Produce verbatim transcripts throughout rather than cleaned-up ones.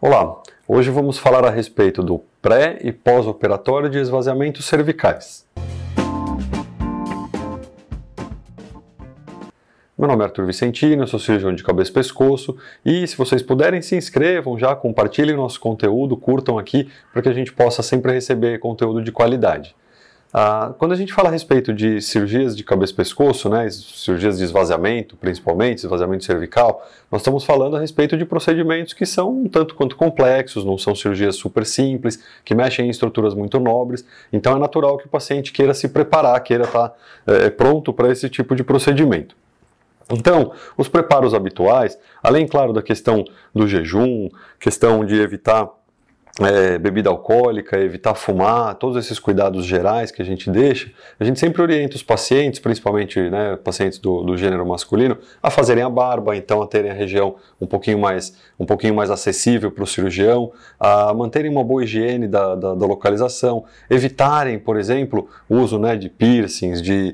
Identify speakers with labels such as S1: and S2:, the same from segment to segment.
S1: Olá, hoje vamos falar a respeito do pré e pós-operatório de esvaziamentos cervicais. Meu nome é Arthur Vicentino, eu sou cirurgião de cabeça e pescoço e se vocês puderem se inscrevam já, compartilhem nosso conteúdo, curtam aqui para que a gente possa sempre receber conteúdo de qualidade. Ah, quando a gente fala a respeito de cirurgias de cabeça e pescoço, né, cirurgias de esvaziamento, principalmente, esvaziamento cervical, nós estamos falando a respeito de procedimentos que são um tanto quanto complexos, não são cirurgias super simples, que mexem em estruturas muito nobres, então é natural que o paciente queira se preparar, queira estar é, pronto para esse tipo de procedimento. Então, os preparos habituais, além, claro, da questão do jejum, questão de evitar É, bebida alcoólica, evitar fumar, todos esses cuidados gerais que a gente deixa, a gente sempre orienta os pacientes, principalmente né, pacientes do, do gênero masculino, a fazerem a barba, então a terem a região um pouquinho mais, um pouquinho mais acessível para o cirurgião, a manterem uma boa higiene da, da, da localização, evitarem, por exemplo, o uso né, de piercings, de,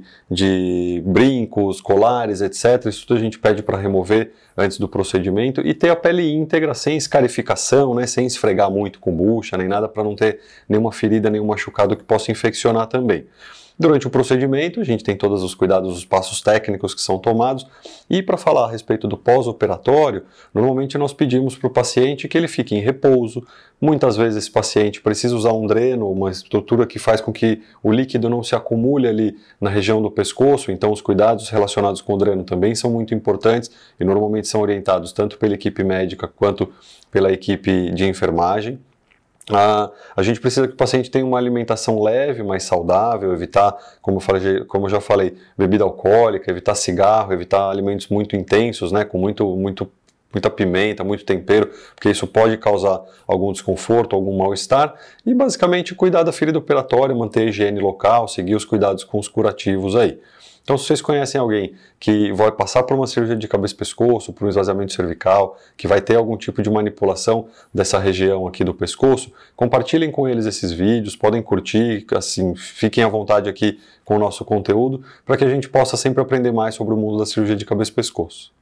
S1: de brincos, colares, etcétera. Isso tudo a gente pede para remover antes do procedimento e ter a pele íntegra, sem escarificação, né, sem esfregar muito com bucha, nem nada, para não ter nenhuma ferida, nenhum machucado que possa infeccionar também. Durante o procedimento, a gente tem todos os cuidados, os passos técnicos que são tomados. E para falar a respeito do pós-operatório, normalmente nós pedimos para o paciente que ele fique em repouso. Muitas vezes esse paciente precisa usar um dreno, uma estrutura que faz com que o líquido não se acumule ali na região do pescoço, então os cuidados relacionados com o dreno também são muito importantes e normalmente são orientados tanto pela equipe médica quanto pela equipe de enfermagem. Ah, a gente precisa que o paciente tenha uma alimentação leve, mais saudável, evitar, como eu, falei, como eu já falei, bebida alcoólica, evitar cigarro, evitar alimentos muito intensos, né, com muito, muito, muita pimenta, muito tempero, porque isso pode causar algum desconforto, algum mal-estar, e basicamente cuidar da ferida operatória, manter a higiene local, seguir os cuidados com os curativos aí. Então, se vocês conhecem alguém que vai passar por uma cirurgia de cabeça e pescoço, por um esvaziamento cervical, que vai ter algum tipo de manipulação dessa região aqui do pescoço, compartilhem com eles esses vídeos, podem curtir, assim, fiquem à vontade aqui com o nosso conteúdo, para que a gente possa sempre aprender mais sobre o mundo da cirurgia de cabeça e pescoço.